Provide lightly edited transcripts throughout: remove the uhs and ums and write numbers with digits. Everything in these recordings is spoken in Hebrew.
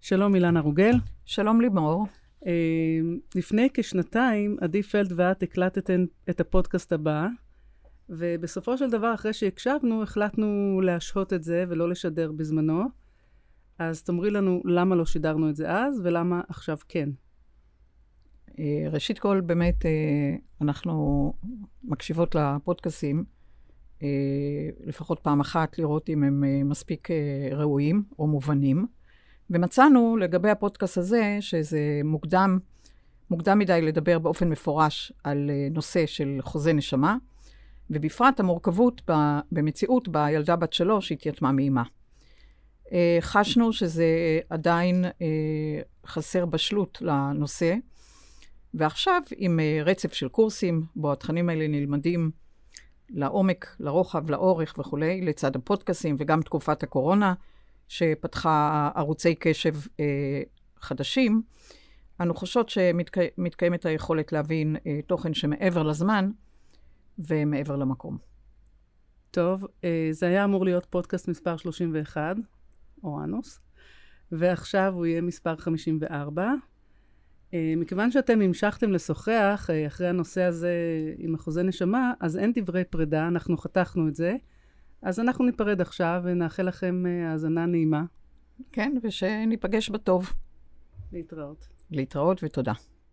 שלום אילנה רוגל. שלום לימור. לפני כשנתיים, עדי פלד ואת הקלטתן את הפודקאסט הבא, ובסופו של דבר, אחרי שהקשבנו, החלטנו להשהות את זה ולא לשדר בזמנו. אז תאמרי לנו למה לא שידרנו את זה אז, ולמה עכשיו כן. ראשית כל, באמת, אנחנו מקשיבות לפודקאסים, לפחות פעם אחת לראות אם הם מספיק ראויים או מובנים. ומצאנו לגבי הפודקאסט הזה, שזה מוקדם מדי לדבר באופן מפורש על נושא של חוזה נשמה, ובפרט המורכבות במציאות בילדה בת 3 שהתייתמה מאימה. חשנו שזה עדיין חסר בשלות לנושא, ועכשיו עם רצף של קורסים, בו התכנים האלה נלמדים לעומק, לרוחב, לאורך וכו', לצד הפודקאסים וגם תקופת הקורונה, שפתחה ערוצי קשב חדשים, אנו חושבות שמתקיימת היכולת להבין תוכן שמעבר לזמן ומעבר למקום. טוב, זה היה אמור להיות פודקאסט מספר 31, או אנוס, ועכשיו הוא יהיה מספר 54. מכיוון שאתם המשכתם לשוחח אחרי הנושא הזה עם החוזה נשמה, אז אין דברי פרידה, אנחנו חתכנו את זה. אז אנחנו ניפרד עכשיו ונאחל לכם האזנה נעימה. כן, ושניפגש בטוב. להתראות. להתראות ותודה.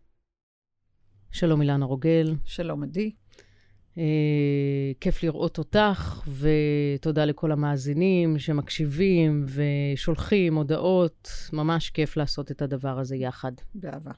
שלום אילנה רוגל. שלום עדי. כיף לראות אותך, ותודה לכל המאזינים שמקשיבים ושולחים הודעות. ממש כיף לעשות את הדבר הזה יחד. באהבה.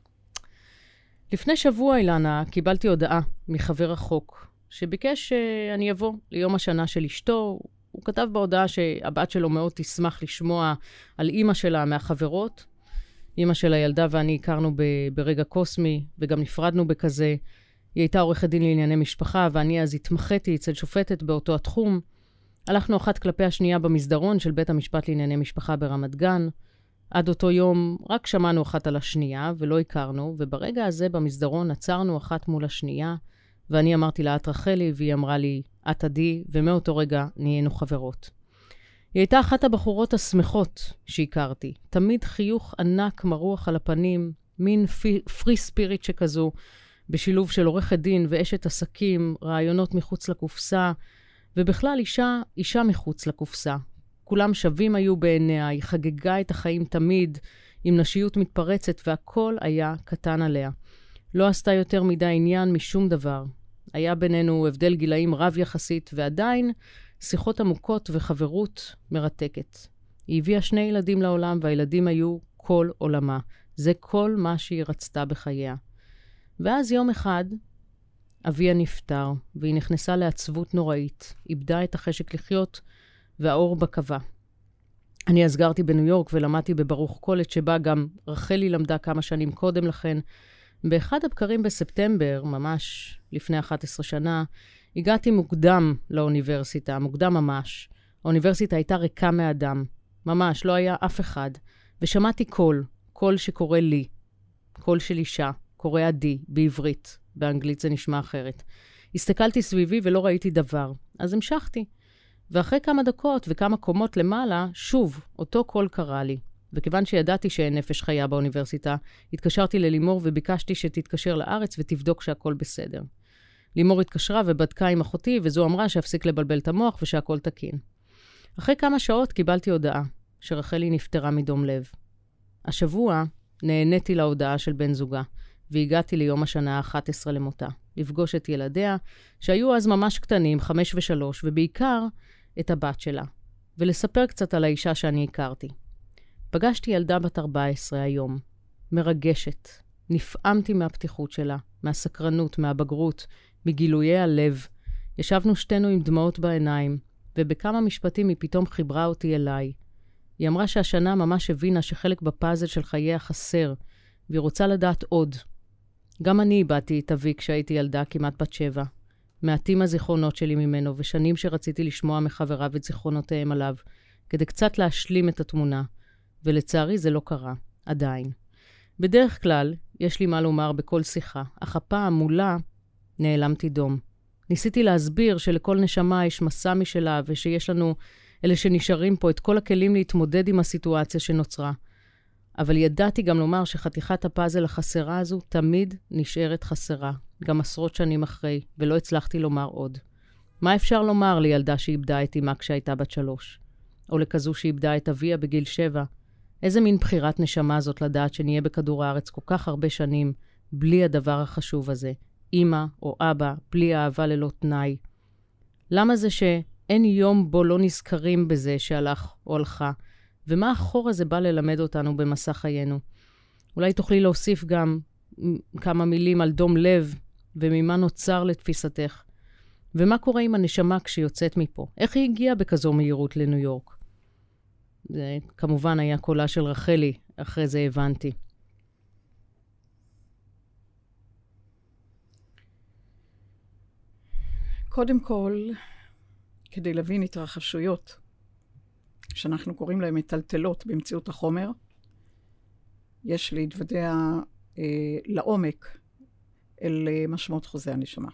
לפני שבוע, אילנה, קיבלתי הודעה מחבר רחוק, שביקש שאני אבוא ליום השנה של אשתו. הוא כתב בהודעה שהבת שלו מאוד תשמח לשמוע על אמא שלה מהחברות. אמא של הילדה ואני הכרנו ברגע קוסמי, וגם נפרדנו בכזה. היא הייתה עורכת דין לענייני משפחה, ואני אז התמחיתי אצל שופטת באותו התחום. הלכנו אחת כלפי השנייה במסדרון של בית המשפט לענייני משפחה ברמת גן. עד אותו יום רק שמענו אחת על השנייה ולא הכרנו, וברגע הזה במסדרון עצרנו אחת מול השנייה, ואני אמרתי לה, את רחלי, והיא אמרה לי, את עדי, ומאותו רגע נהיינו חברות. היא הייתה אחת הבחורות השמחות שהכרתי. תמיד חיוך ענק מרוח על הפנים, מין פרי ספיריט שכזו, בשילוב של עורכת דין ואשת עסקים, רעיונות מחוץ לקופסה, ובכלל אישה מחוץ לקופסה. כולם שווים היו בעיניה, היא חגגה את החיים תמיד, עם נשיות מתפרצת, והכל היה קטן עליה. לא עשתה יותר מדי עניין משום דבר. היה בינינו הבדל גילאים רב יחסית, ועדיין שיחות עמוקות וחברות מרתקת. היא הביאה 2 ילדים לעולם, והילדים היו כל עולמה. זה כל מה שהיא רצתה בחייה. ואז יום אחד, אביה נפטר, והיא נכנסה לעצבות נוראית. איבדה את החשק לחיות, והאור בקווה. אני אז גרתי בניו יורק ולמדתי בברוך קולג' שבה גם רחלי למדה כמה שנים קודם לכן. באחד הבקרים בספטמבר, ממש לפני 11 שנה, הגעתי מוקדם לאוניברסיטה, מוקדם ממש. האוניברסיטה הייתה ריקה מאדם. ממש, לא היה אף אחד. ושמעתי קול שקורא לי. קול של אישה, קורא עדי, בעברית. באנגלית זה נשמע אחרת. הסתכלתי סביבי ולא ראיתי דבר. אז המשכתי. ואחרי כמה דקות וכמה קומות למעלה, שוב, אותו קול קרא לי. וכיוון שידעתי שאין נפש חיה באוניברסיטה, התקשרתי ללימור וביקשתי שתתקשר לארץ ותבדוק שהכל בסדר. לימור התקשרה ובדקה עם אחותי, וזו אמרה שאפסיק לבלבל את המוח ושהכל תקין. אחרי כמה שעות קיבלתי הודעה שרחלי נפטרה מדום לב. השבוע נהניתי להודעה של בן זוגה, והגעתי ליום השנה ה-11 למותה, לפגוש את ילדיה, שהיו אז ממש קטנים, 5 ו3, ובעיקר את הבת שלה, ולספר קצת על האישה שאני הכרתי. פגשתי ילדה בת 14 היום, מרגשת. נפעמתי מהפתיחות שלה, מהסקרנות, מהבגרות, מגילויי הלב. ישבנו שתינו עם דמעות בעיניים, ובכמה משפטים היא פתאום חיברה אותי אליי. היא אמרה שהשנה ממש הבינה שחלק בפאזל של חייה חסר, והיא רוצה לדעת עוד. גם אני איבדתי את אבי כשהייתי ילדה כמעט בת 7. מעטים הזיכרונות שלי ממנו, ושנים שרציתי לשמוע מחבריו את זיכרונותיהם עליו, כדי קצת להשלים את התמונה. ולצערי זה לא קרה, עדיין. בדרך כלל, יש לי מה לומר בכל שיחה, אך הפעם מולה נעלמתי דום. ניסיתי להסביר שלכל נשמה יש מסע משלה, ושיש לנו, אלה שנשארים פה, את כל הכלים להתמודד עם הסיטואציה שנוצרה. אבל ידעתי גם לומר שחתיכת הפאזל החסרה הזו תמיד נשארת חסרה, גם עשרות שנים אחרי, ולא הצלחתי לומר עוד. מה אפשר לומר לילדה שאיבדה את אמה כשהייתה בת 3? או לכזו שאיבדה את אביה בגיל 7? איזה מין בחירת נשמה זאת לדעת שנהיה בכדור הארץ כל כך הרבה שנים, בלי הדבר החשוב הזה, אמא או אבא, בלי אהבה ללא תנאי. למה זה שאין יום בו לא נזכרים בזה שהלך או הלכה? ומה החור הזה בא ללמד אותנו במסע חיינו? אולי תוכלי להוסיף גם כמה מילים על דום לב, וממה נוצר לתפיסתך. ומה קורה עם הנשמה כשיוצאת מפה? איך היא הגיעה בכזו מהירות לניו יורק? זה כמובן היה קולה של רחלי, אחרי זה הבנתי. קודם כל, כדי להבין התרחשויות, שאנחנו קוראים להם מטלטלות במציאות החומר, יש להתוודע לעומק אל משמעות חוזה הנשמה.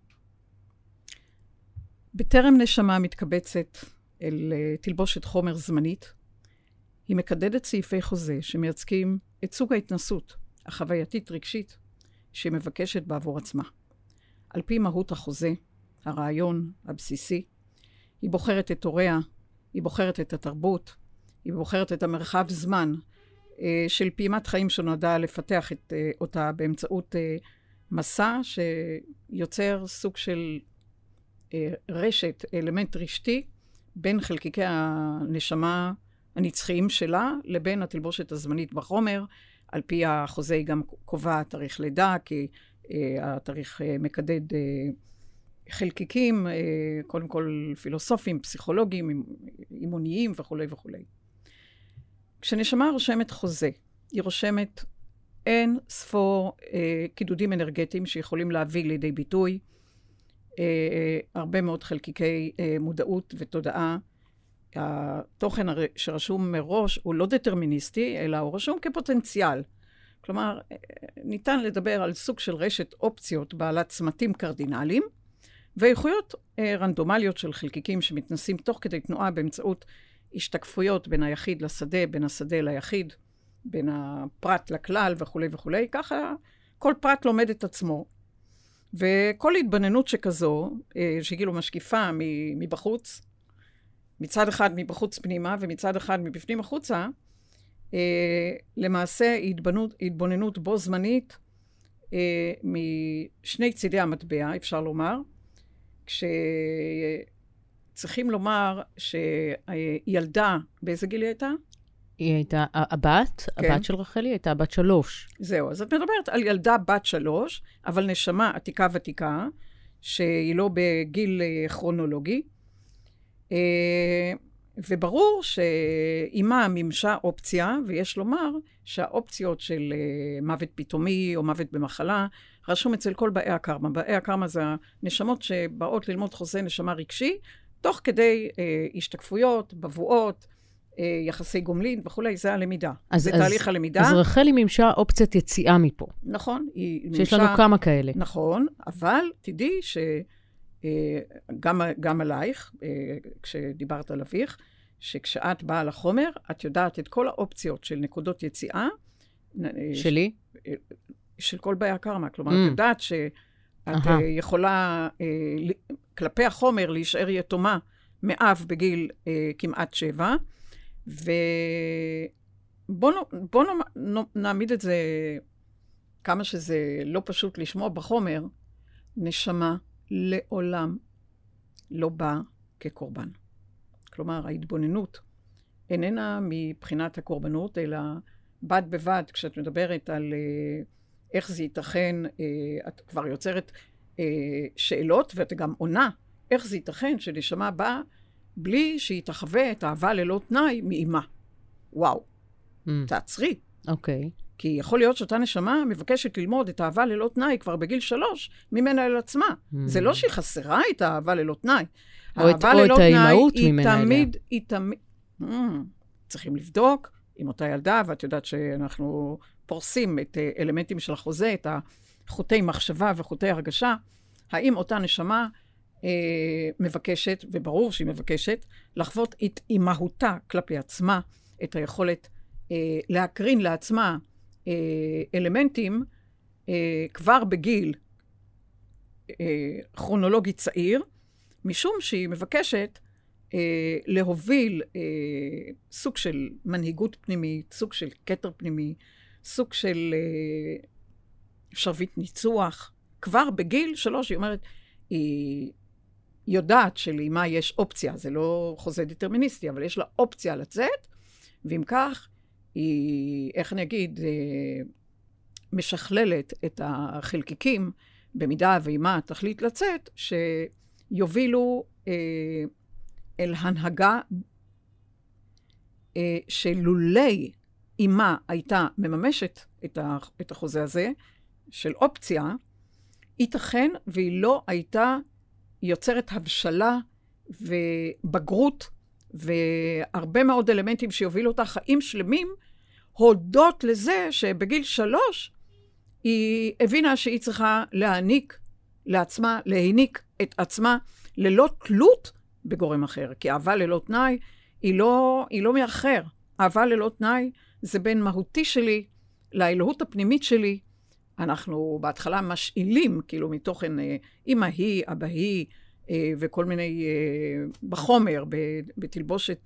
בטרם נשמה מתקבצת אל תלבושת חומר זמנית, היא מקדדת סעיפי חוזה שמייצגים את סוג ההתנסות החווייתית רגשית שהיא מבקשת בעבור עצמה. על פי מהות החוזה, הרעיון הבסיסי, היא בוחרת את הוריה, היא בוחרת את התרבות, היא בוחרת את המרחב זמן של פעימת חיים שנועדה לפתח אותה באמצעות מסע שיוצר סוג של רשת, אלמנט רשתי, בין חלקיקי הנשמה הנצחיים שלה לבין התלבושת הזמנית בחומר. על פי החוזה היא גם קובעת תאריך לידה, כי התאריך מקדד חלקיקים, קודם כל פילוסופיים, פסיכולוגיים, אימוניים וכו' וכו'. כשנשמה רושמת חוזה, היא רושמת אין ספור קידודים אנרגטיים שיכולים להביא לידי ביטוי, הרבה מאוד חלקיקי מודעות ותודעה. התוכן שרשום מראש הוא לא דטרמיניסטי, אלא הוא רשום כפוטנציאל. כלומר, ניתן לדבר על סוג של רשת אופציות בעלת צמתים קרדינליים, ואיכויות רנדומליות של חלקיקים שמתנסים תוך כדי תנועה באמצעות השתקפויות בין היחיד לשדה, בין השדה ליחיד, בין הפרט לכלל וכו' וכו'. ככה כל פרט לומד את עצמו. וכל התבוננות שכזו, שכאילו משקיפה מבחוץ, מצד אחד מבחוץ פנימה ומצד אחד מבפנים החוצה, למעשה התבוננות בו זמנית משני צידי המטבע, אפשר לומר, כשצריכים לומר שילדה, באיזה גיל היא הייתה? היא הייתה הבת, כן. הבת של רחלי הייתה בת 3. זהו, אז את מדברת על ילדה בת 3, אבל נשמה עתיקה ותיקה, שהיא לא בגיל כרונולוגי, וברור שאימה מימשה אופציה, ויש לומר שהאופציות של מוות פתאומי או מוות במחלה, רשום אצל כל באי הקרמה. באי הקרמה זה הנשמות שבאות ללמוד חוזה נשמה רגשי, תוך כדי השתקפויות, בבואות, יחסי גומלין וכולי, זה הלמידה. זה תהליך הלמידה. אז רחלי מימשה אופציית יציאה מפה. נכון. שיש לנו כמה כאלה. נכון, אבל תדעי שגם עלייך, כשדיברת על אביך, שכשאת באה לחומר, את יודעת את כל האופציות של נקודות יציאה. שלי? של כל באי הקרמה. כלומר, את יודעת שאת יכולה כלפי החומר להישאר יתומה מאב בגיל כמעט 7, ובואו נעמיד את זה כמה שזה לא פשוט לשמוע בחומר. נשמה לעולם לא באה כקורבן. כלומר, ההתבוננות איננה מבחינת הקורבנות, אלא בד בבד, כשאת מדברת על איך זה ייתכן, את כבר יוצרת שאלות, ואת גם עונה, איך זה ייתכן שנשמה באה בלי שהיא תחווה את האהבה ללא תנאי מאימה. וואו, תעצרי. אוקיי. כי יכול להיות שאותה נשמה מבקשת ללמוד את האהבה ללא תנאי כבר בגיל 3, ממנה אל עצמה. זה לא שהיא חסרה את האהבה ללא תנאי. או את האימהות ממנה אליה. היא תמיד... צריכים לבדוק עם אותה ילדה, ואת יודעת שאנחנו פורסים את אלמנטים של החוזה, את החוטי מחשבה וחוטי הרגשה. האם אותה נשמה מבקשת, וברור שהיא מבקשת, לחוות את אימהותה כלפי עצמה, את היכולת להקרין לעצמה אלמנטים כבר בגיל כרונולוגי צעיר, משום שהיא מבקשת להוביל סוג של מנהיגות פנימית, סוג של כתר פנימי, סוג של שרביט ניצוח. כבר בגיל 3 היא אומרת, היא יודעת שלאמה יש אופציה, זה לא חוזה דטרמיניסטי, אבל יש לה אופציה לצאת, ועם כך היא, איך אני אגיד, משכללת את החלקיקים, במידה ואימה תחליט לצאת, שיובילו אל הנהגה שלולי אימה הייתה מממשת את החוזה הזה, של אופציה, ייתכן והיא לא הייתה יוצרת הבשלה ובגרות, והרבה מאוד אלמנטים שיובילו אותה חיים שלמים, הודות לזה שבגיל 3, היא הבינה שהיא צריכה להעניק לעצמה, להעניק את עצמה, ללא תלות בגורם אחר. כי אהבה ללא תנאי היא לא מאחר. אהבה ללא תנאי זה בין מהותי שלי לאלוהות הפנימית שלי. אנחנו בהתחלה משאילים, כאילו מתוכן אמא היא, אבא היא, וכל מיני בחומר, בתלבושת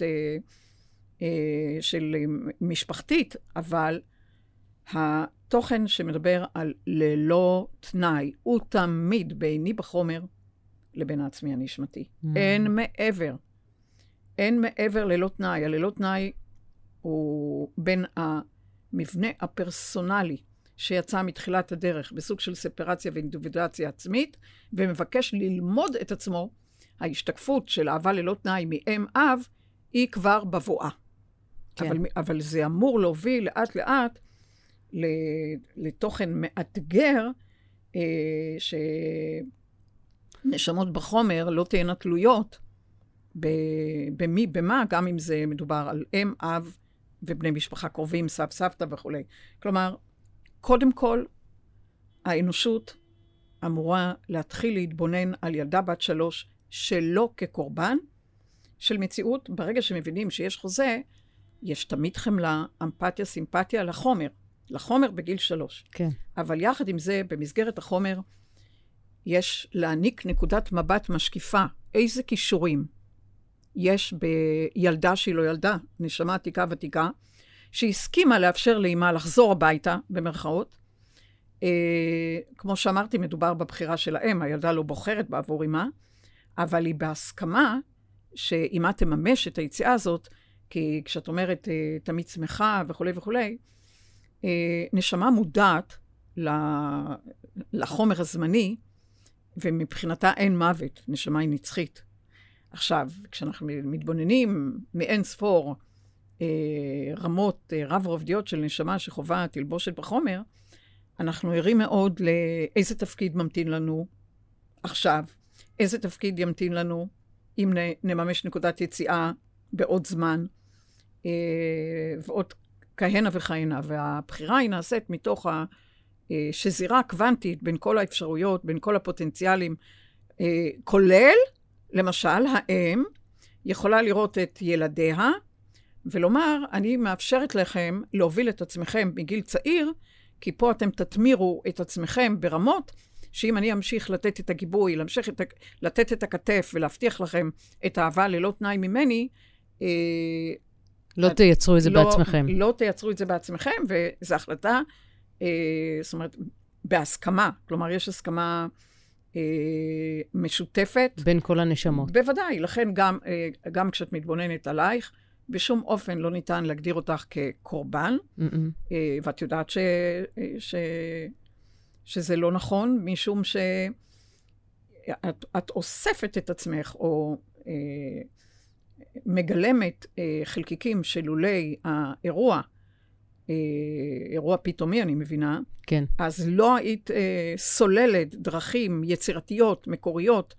של משפחתית, אבל התוכן שמדבר על ללא תנאי, הוא תמיד ביני בחומר לבין העצמי הנשמתי. אין מעבר. אין מעבר ללא תנאי. הללא תנאי הוא בין המבנה הפרסונלי שיצא מתחילת הדרך בסוג של ספרציה ואינדיבידואציה עצמית, ומבקש ללמוד את עצמו, ההשתקפות של אהבה ללא תנאי מאם אב, היא כבר בבואה. כן. אבל זה אמור להוביל לאט לאט לתוכן מאתגר, שנשמות בחומר לא תהיינה תלויות במי, במה, גם אם זה מדובר על אם, אב ובני משפחה קרובים, סב, סבתא וכו'. כלומר, קודם כל, האנושות אמורה להתחיל להתבונן על ילדה בת 3 שלא כקורבן של מציאות. ברגע שמבינים שיש חוזה, יש תמיד חמלה, אמפתיה, סימפתיה לחומר בגיל 3. כן. אבל יחד עם זה, במסגרת החומר, יש להעניק נקודת מבט משקיפה. איזה כישורים יש בילדה שהיא לא ילדה, נשמה עתיקה ותיקה, שהסכימה לאפשר לאמא לחזור הביתה, במרכאות. כמו שאמרתי, מדובר בבחירה של האם, הילדה לא בוחרת בעבור אמא, אבל היא בהסכמה שאמא תממש את היציאה הזאת, כי כשאת אומרת תמיד שמחה וכו' וכו', נשמה מודעת לחומר הזמני, ומבחינתה אין מוות, נשמה היא נצחית. עכשיו, כשאנחנו מתבוננים מאין ספור רמות רב-רובדיות של נשמה שחובה תלבושת בחומר, אנחנו ערים מאוד לאיזה תפקיד ממתין לנו עכשיו, איזה תפקיד ימתין לנו אם נממש נקודת יציאה בעוד זמן, ועוד כהנה וכהנה. והבחירה היא נעשית מתוך שזירה קוונטית בין כל האפשרויות, בין כל הפוטנציאלים, כולל, למשל, האם יכולה לראות את ילדיה, ולומר, אני מאפשרת לכם להוביל את עצמכם מגיל צעיר, כי פה אתם תתמירו את עצמכם ברמות, שאם אני אמשיך לתת את הגיבוי, לתת את הכתף ולהבטיח לכם את האהבה ללא תנאי ממני, לא תייצרו את זה בעצמכם. לא תייצרו את זה בעצמכם, וזו החלטה, זאת אומרת, בהסכמה. כלומר, יש הסכמה משותפת. בין כל הנשמות. בוודאי, לכן גם כשאת מתבוננת עלייך, בשום אופן לא ניתן להגדיר אותך כקורבן, ואת יודעת שזה לא נכון, משום שאת אוספת את עצמך, או מגלמת חלקיקים שלולי האירוע, אירוע פתאומי, אני מבינה, כן. אז לא היית סוללת דרכים יצירתיות, מקוריות,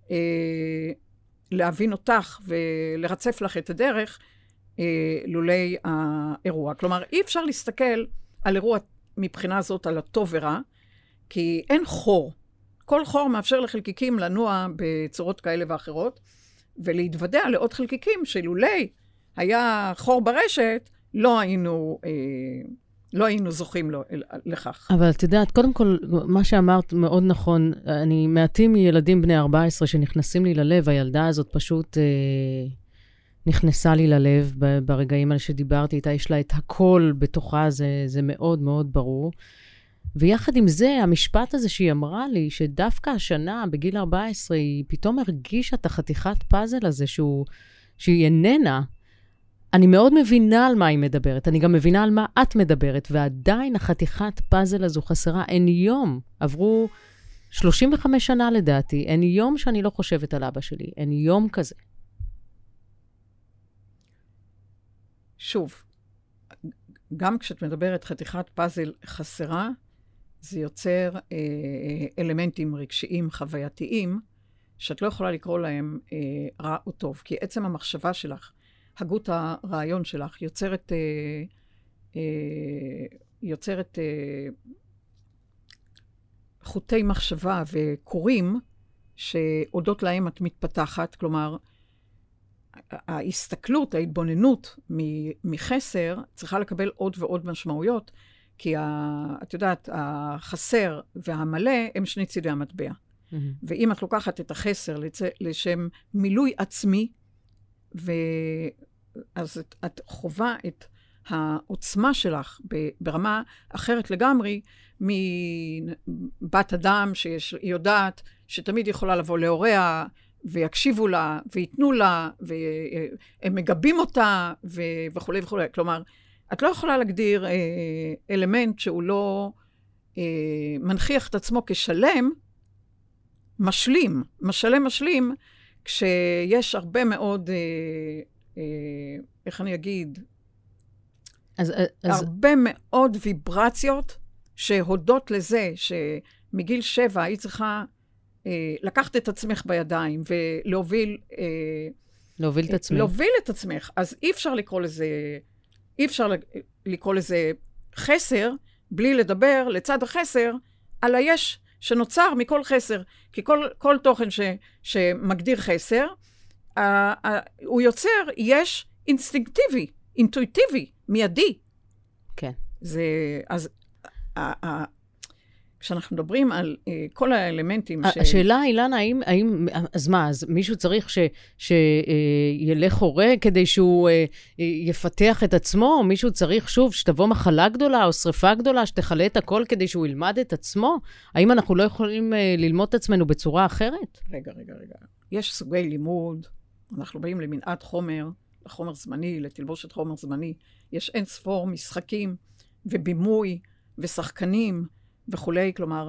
להבין אותך ולרצף לך את הדרך לולי האירוע. כלומר, אי אפשר להסתכל על אירוע מבחינה זאת, על הטוב ורע, כי אין חור. כל חור מאפשר לחלקיקים לנוע בצורות כאלה ואחרות, ולהתוודע לעוד חלקיקים שלולי היה חור ברשת, לא היינו זוכים לכך. אבל את יודעת, קודם כל, מה שאמרת מאוד נכון, אני מעטים ילדים בני 14 שנכנסים לי ללב, הילדה הזאת פשוט נכנסה לי ללב ברגעים האלה שדיברתי איתה, יש לה את הכל בתוכה, זה מאוד מאוד ברור. ויחד עם זה, המשפט הזה שהיא אמרה לי, שדווקא השנה, בגיל 14, היא פתאום הרגישה את החתיכת פאזל הזה, שהיא איננה, אני מאוד מבינה על מה היא מדברת, אני גם מבינה על מה את מדברת, ועדיין החתיכת פאזל הזו חסרה. אין יום, עברו 35 שנה לדעתי, אין יום שאני לא חושבת על אבא שלי, אין יום כזה. שוב, גם כשאת מדברת חתיכת פאזל חסרה, זה יוצר אלמנטים רגשיים חווייתיים, שאת לא יכולה לקרוא להם רע או טוב, כי עצם המחשבה שלך, הגות הרעיון שלך, יוצרת חוטי מחשבה וקוראים, שהודות להם את מתפתחת, כלומר, ההסתכלות, ההתבוננות מחסר, צריכה לקבל עוד ועוד משמעויות, כי את יודעת, החסר והמלא הם שני צידי המטבע. ואם את לוקחת את החסר לשם מילוי עצמי, אז את חובה את העוצמה שלך ברמה אחרת לגמרי, מבת אדם שהיא יודעת שתמיד יכולה לבוא להוריה, ויקשיבו לה, ויתנו לה, והם מגבים אותה, וכו' וכו'. כלומר, את לא יכולה להגדיר אלמנט שהוא לא מנחיח את עצמו כשלם, משלים, כשיש הרבה מאוד, איך אני אגיד, הרבה מאוד ויברציות שהודות לזה שמגיל 7 היא צריכה לקחת את עצמך בידיים ולהוביל את עצמך. להוביל את עצמך. אז אי אפשר לקרוא לזה חסר, בלי לדבר לצד החסר על היש שנוצר מכל חסר. כי כל תוכן שמגדיר חסר, הוא יוצר יש אינסטינקטיבי, אינטואיטיבי, מיידי. כן. אז כשאנחנו מדברים על כל האלמנטים השאלה, אילנה, אז מה, אז מישהו צריך שילך הורה כדי שהוא יפתח את עצמו, או מישהו צריך שוב שתבוא מחלה גדולה או שריפה גדולה, שתחלה את הכל כדי שהוא ילמד את עצמו? האם אנחנו לא יכולים ללמוד את עצמנו בצורה אחרת? רגע. יש סוגי לימוד, אנחנו באים למנעד חומר זמני, לתלבושת חומר זמני, יש אין ספור משחקים ובימוי ושחקנים, וכולי, כלומר,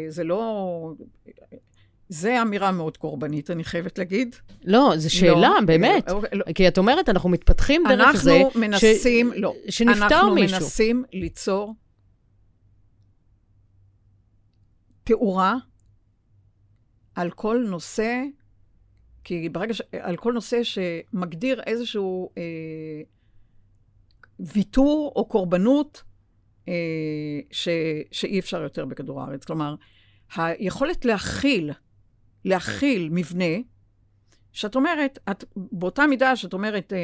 זה אמירה מאוד קורבנית, אני חייבת להגיד. לא, זו שאלה, באמת. כי את אומרת, אנחנו מתפתחים דרך זה, שנפטר מישהו. אנחנו מנסים ליצור תאורה על כל נושא, כי ברגע על כל נושא שמגדיר איזשהו ויתור או קורבנות, שאי אפשר יותר בכדור הארץ. כלומר, היכולת להכיל מבנה, שאת אומרת, באותה מידה שאת אומרת,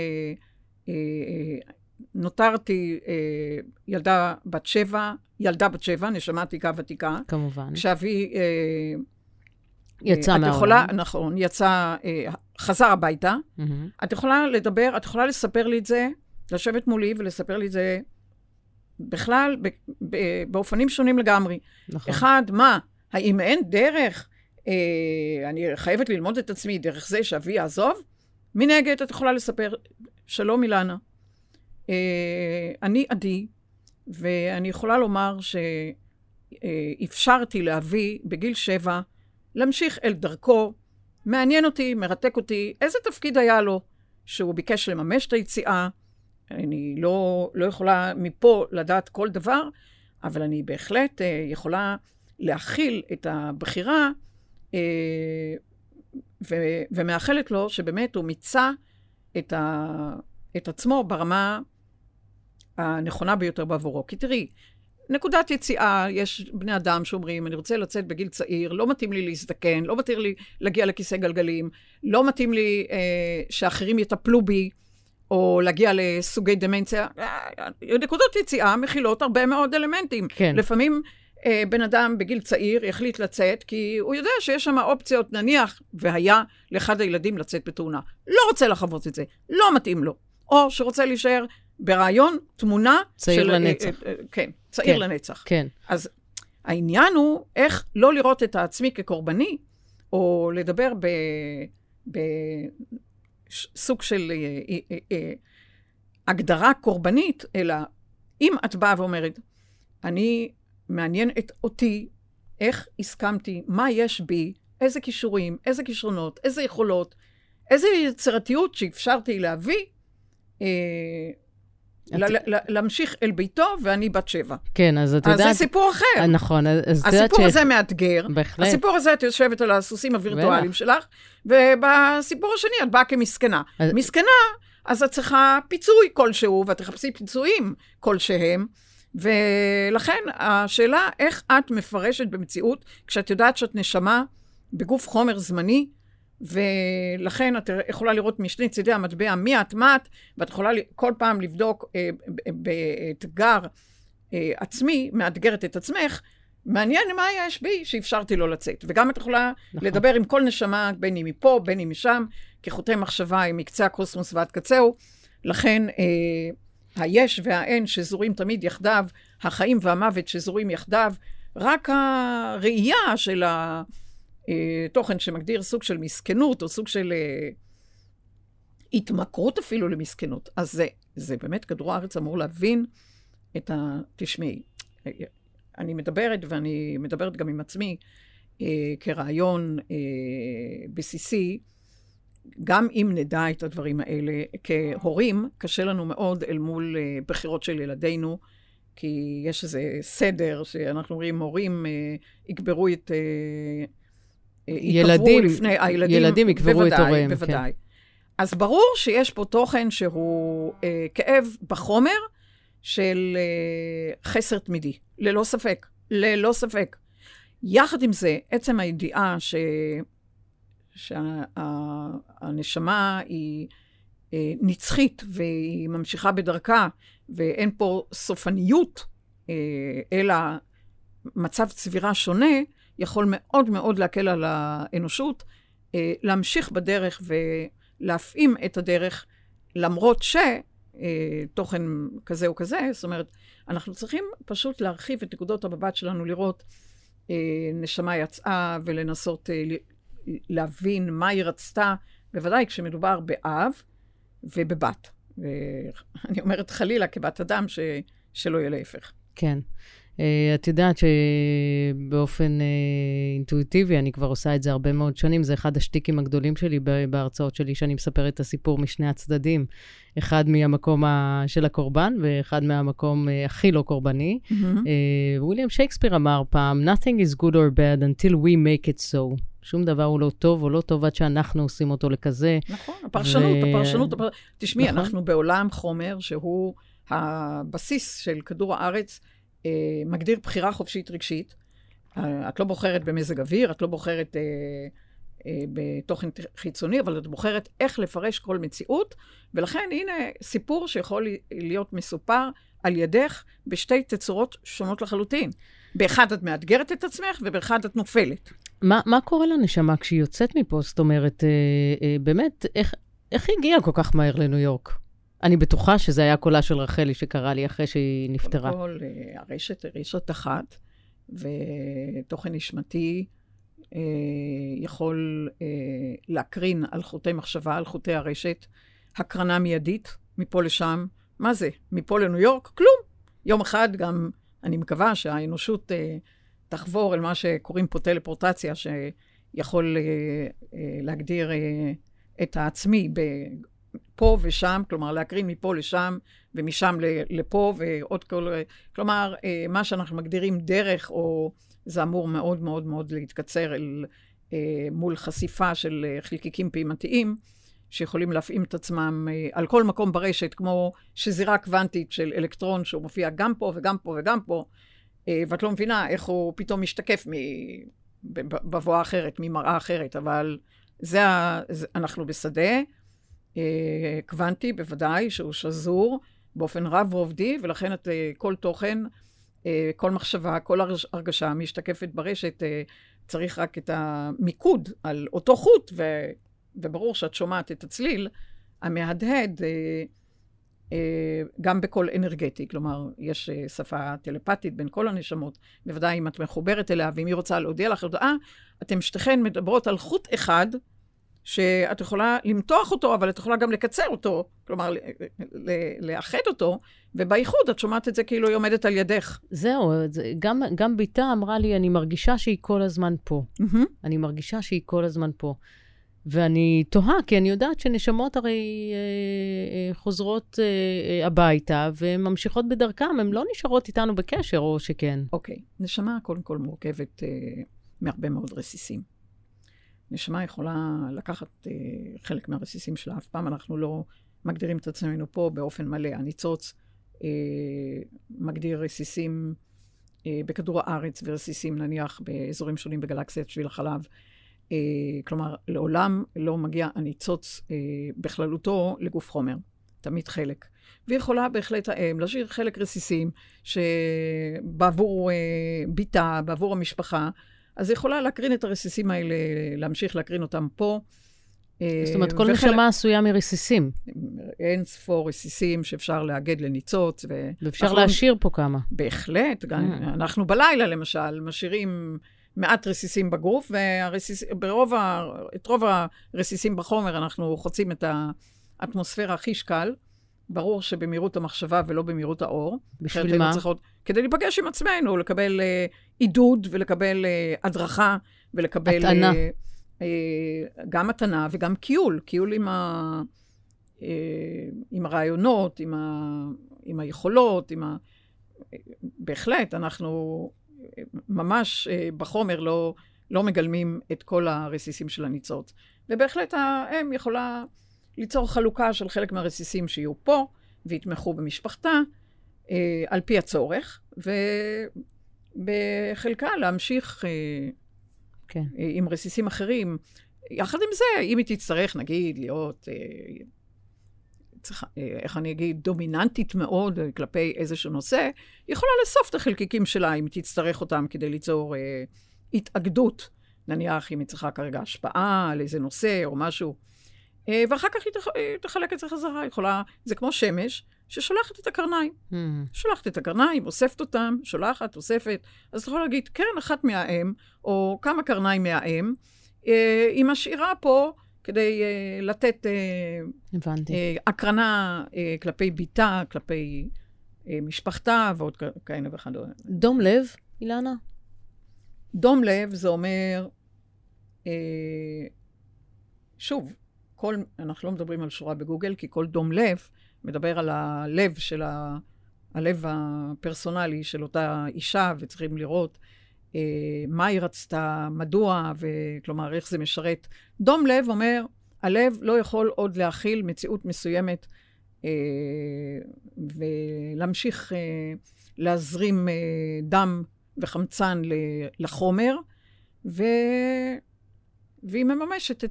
נותרתי ילדה בת 7, נשמה עתיקה ותיקה. כמובן. כשאבי יצא מהעולם. נכון, חזר הביתה. את יכולה לדבר, את יכולה לספר לי את זה, לשבת מולי ולספר לי את זה, בכלל, באופנים שונים לגמרי. נכון. אחד, האם אין דרך, אני חייבת ללמוד את עצמי דרך זה שאבי יעזוב? מנגד, את יכולה לספר, שלום אילנה, אני עדי, ואני יכולה לומר שאפשרתי לאבי בגיל 7, להמשיך אל דרכו, מעניין אותי, מרתק אותי, איזה תפקיד היה לו, שהוא ביקש לממש את היציאה, אני לא יכולה מפה לדעת כל דבר, אבל אני בהחלט יכולה להכיל את הבחירה, ומאחלת לו שבאמת הוא מיצה את עצמו ברמה הנכונה ביותר בעבורו. כי תראי, נקודת יציאה, יש בני אדם שאומרים, אני רוצה לצאת בגיל צעיר, לא מתאים לי להזדקן, לא מתאים לי להגיע לכיסא גלגלים, לא מתאים לי שאחרים יטפלו בי, או להגיע לסוגי דמנציה. נקודות יציאה מכילות הרבה מאוד אלמנטים. כן. לפעמים בן אדם בגיל צעיר יחליט לצאת, כי הוא יודע שיש שם אופציות, נניח, והיה לאחד הילדים לצאת בתאונה. לא רוצה לחוות את זה, לא מתאים לו. או שרוצה להישאר ברעיון, תמונה. צעיר לנצח. כן, צעיר לנצח. כן. אז העניין הוא איך לא לראות את העצמי כקורבני, או לדבר בסוג של הגדרה קורבנית, אלא אם את באה ואומרת, אני מעניין את אותי, איך הסכמתי, מה יש בי, איזה כישורים, איזה כישרונות, איזה יכולות, איזה יצירתיות שאפשרתי להביא, להמשיך אל ביתו, ואני בת 7. כן, אז את יודעת... אז זה סיפור אחר. נכון, אז את יודעת הסיפור הזה מאתגר. בהחלט. הסיפור הזה את יושבת על הסוסים הווירטואליים שלך, ובסיפור השני את באה כמסכנה. מסכנה, אז את צריכה פיצוי כלשהו, ואת תחפשי פיצויים כלשהם, ולכן השאלה איך את מפרשת במציאות, כשאת יודעת שאת נשמה בגוף חומר זמני, ולכן את יכולה לראות משני צידי המטבע מי את מה את, ואת יכולה כל פעם לבדוק באתגר עצמי, מאתגרת את עצמך, מעניין מה יש בי שאפשרתי לו לצאת. וגם את יכולה לדבר עם כל נשמה, בין אם מפה, בין אם משם, כחוטי מחשבה עם מקצה הקוסמוס ועד קצהו. לכן היש והאין שזורים תמיד יחדיו, החיים והמוות שזורים יחדיו, רק הראייה של תוכן שמגדיר סוג של מסכנות, או סוג של התמכרות אפילו למסכנות. אז זה באמת, כדור הארץ אמור להבין את תשמעי, אני מדברת, ואני מדברת גם עם עצמי, כרעיון בסיסי, גם אם נדע את הדברים האלה, כהורים, קשה לנו מאוד אל מול בחירות של ילדינו, כי יש איזה סדר שאנחנו אומרים, הורים יקברו את... ילדים יקברו את הוריהם. בוודאי. אז ברור שיש פה תוכן שהוא כאב בחומר של חסר תמידי. ללא ספק. ללא ספק. יחד עם זה, עצם הידיעה שהנשמה היא נצחית והיא ממשיכה בדרכה, ואין פה סופניות, אלא מצב צבירה שונה, יכול מאוד מאוד להקל על האנושות, להמשיך בדרך ולהפעים את הדרך, למרות שתוכן כזה או כזה, זאת אומרת, אנחנו צריכים פשוט להרחיב את נקודות המבט שלנו, לראות נשמה יצאה ולנסות להבין מה היא רצתה, בוודאי כשמדובר באב ובבת. ואני אומרת חלילה כבת אדם שלא יהיה להפך. כן. את יודעת שבאופן אינטואיטיבי, אני כבר עושה את זה הרבה מאוד שנים, זה אחד השטיקים הגדולים שלי בהרצאות שלי, שאני מספרת את הסיפור משני הצדדים, אחד מהמקום של הקורבן, ואחד מהמקום הכי לא קורבני. וויליאם שייקספיר אמר פעם, Nothing is good or bad until we make it so. שום דבר הוא לא טוב או לא טוב עד שאנחנו עושים אותו לכזה. נכון, הפרשנות. תשמעי, אנחנו בעולם חומר שהוא הבסיס של כדור הארץ, מגדיר בחירה חופשית רגשית. את לא בוחרת במזג אוויר, את לא בוחרת בתוכן חיצוני, אבל את בוחרת איך לפרש כל מציאות, ולכן הנה סיפור שיכול להיות מסופר על ידך בשתי תצורות שונות לחלוטין. באחד את מאתגרת את עצמך, ובאחד את נופלת. מה קורה לנשמה כשהיא יוצאת מפה? זאת אומרת, באמת, איך היא הגיעה כל כך מהר לניו יורק? אני בטוחה שזה היה קולה של רחלי שקרה לי אחרי שהיא נפטרה. כל הרשת אחת, ותוכן נשמתי יכול להקרין על חוטי מחשבה, על חוטי הרשת, הקרנה מיידית, מפה לשם. מה זה? מפה לניו יורק? כלום. יום אחד גם אני מקווה שהאנושות תחבור אל מה שקוראים פה טלפורטציה, שיכול להגדיר את העצמי פה ושם, כלומר להקרין מפה לשם, ומשם לפה, ועוד כלומר, מה שאנחנו מגדירים דרך, או זה אמור מאוד מאוד מאוד להתקצר מול חשיפה של חלקיקים פעימתיים, שיכולים להפעים את עצמם על כל מקום ברשת, כמו שזירה קוונטית של אלקטרון, שהוא מופיע גם פה וגם פה וגם פה, ואת לא מבינה איך הוא פתאום משתקף בבואה אחרת, ממראה אחרת, אבל אנחנו בשדה קוונטי, בוודאי, שהוא שזור באופן רב רובדי, ולכן כל תוכן, כל מחשבה, כל הרגשה משתקפת ברשת, צריך רק את המיקוד על אותו חוט, וברור שאת שומעת את הצליל המהדהד, גם בקול אנרגטי, כלומר, יש שפה טלפתית בין כל הנשמות, בוודאי אם את מחוברת אליה, ואם היא רוצה להודיע לך הודעה, אתם שתיכן מדברות על חוט אחד, שאת יכולה למתוח אותו, אבל את יכולה גם לקצר אותו, כלומר, לאחד אותו, ובייחוד את שומעת את זה כאילו היא עומדת על ידך. זהו, גם ביתה אמרה לי, אני מרגישה שהיא כל הזמן פה. אני מרגישה שהיא כל הזמן פה. ואני תוהה, כי אני יודעת שנשמות הרי חוזרות הביתה, והן ממשיכות בדרכם, הן לא נשארות איתנו בקשר, או שכן. אוקיי, נשמה קודם כל מורכבת מהרבה מאוד רסיסים. נשמה יכולה לקחת חלק מהרסיסים שלה, אף פעם אנחנו לא מגדירים את עצמנו פה באופן מלא. הניצוץ מגדיר רסיסים בכדור הארץ, ורסיסים נניח באזורים שונים בגלקסיית שביל החלב, כלומר, לעולם לא מגיע הניצוץ בכללותו לגוף חומר, תמיד חלק. ויכולה בהחלט האם להשאיר חלק רסיסים שבעבור ביתה, בעבור המשפחה, אז יכולה להקרין את הרסיסים האלה, להמשיך להקרין אותם פה. זאת אומרת, כל נשמה עשויה מרסיסים. אין ספור רסיסים שאפשר להגד לניצוץ. ואפשר להשאיר פה כמה. בהחלט. אנחנו בלילה, למשל, משאירים מעט רסיסים בגוף, ואת רוב הרסיסים בחומר אנחנו חוצים את האטמוספירה הכי שקל. ברור שבמהירות המחשבה ולא במהירות האור. בשביל מה? כדי להיפגש עם עצמנו, לקבל עידוד ולקבל הדרכה, ולקבל התענה. גם התענה וגם קיול. קיול עם הרעיונות, עם היכולות, בהחלט, אנחנו ממש בחומר לא מגלמים את כל הרסיסים של הניצוץ. ובהחלט האם יכולה ליצור חלוקה של חלק מהרסיסים שיהיו פה, ויתמכו במשפחתה, על פי הצורך, ובחלקה להמשיך כן. עם רסיסים אחרים. יחד עם זה, אם היא תצטרך, נגיד, להיות, איך אני אגיד, דומיננטית מאוד כלפי איזשהו נושא, היא יכולה לאסוף את החלקיקים שלה, אם היא תצטרך אותם כדי ליצור התאגדות, נניח אם היא צריכה כרגע השפעה על איזה נושא או משהו, ואחר כך היא תחלק את זה חזרה. יכולה, זה כמו שמש ששולחת את הקרניים. שולחת את הקרניים, אוספת אותם, שולחת, אוספת. אז אתה יכול להגיד, קרן אחת מהאם, או כמה קרניים מהאם, היא משאירה פה כדי לתת הקרנה כלפי ביתה, כלפי משפחתה, ועוד כאלה וכדומה. דום לב, אילנה? דום לב זה אומר, שוב, אנחנו לא מדברים על שורה בגוגל, כי כל דום לב מדבר על הלב של הלב הפרסונלי של אותה אישה, וצריכים לראות מה היא רצתה, מדוע, וכלומר, איך זה משרת. דום לב אומר, הלב לא יכול עוד להכיל מציאות מסוימת, ולהמשיך להזרים דם וחמצן לחומר, והיא מממשת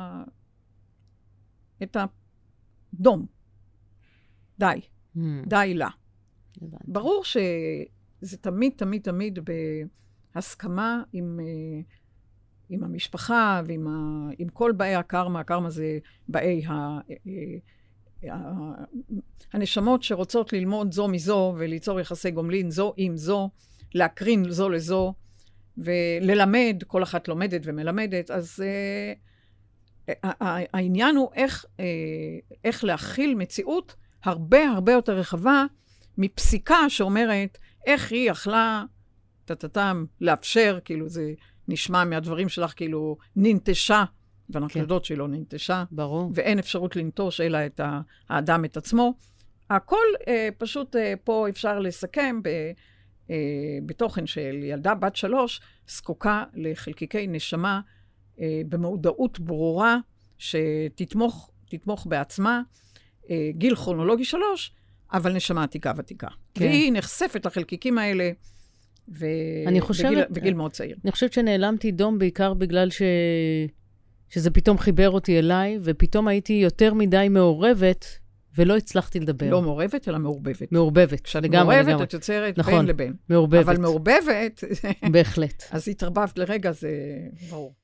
את הדום. די. די לה. ברור שזה תמיד, תמיד, תמיד בהסכמה עם המשפחה ועם כל באי הקרמה. הקרמה זה באי הנשמות שרוצות ללמוד זו מזו וליצור יחסי גומלין זו עם זו, להקרין זו לזו וללמד, כל אחת לומדת ומלמדת. אז העניין הוא איך להכיל מציאות הרבה הרבה יותר רחבה מפסיקה שאומרת איך היא יכלה לאפשר, כאילו זה נשמע מהדברים שלך כאילו ננטשה, ואנחנו יודעות שהיא לא ננטשה. ברור. ואין אפשרות לנטוש אלא את האדם את עצמו. הכל פשוט פה אפשר לסכם בתוכן של ילדה בת 3, זקוקה לחלקיקי נשמה במודעות ברורה שתתמוך בעצמה, גיל כרונולוגי 3, אבל נשמה עתיקה ותיקה. כן. והיא נחשפת לחלקיקים האלה בגיל מאוד צעיר. אני חושבת שנעלמתי דום בעיקר בגלל שזה פתאום חיבר אותי אליי, ופתאום הייתי יותר מדי מעורבת, ולא הצלחתי לדבר. לא מעורבת, אלא מעורבבת. מעורבבת, כשאת לגמרי. מעורבת, את יוצרת נכון, בין לבין. מעורבבת. אבל מעורבבת... בהחלט. אז התערבבת לרגע, זה ברור.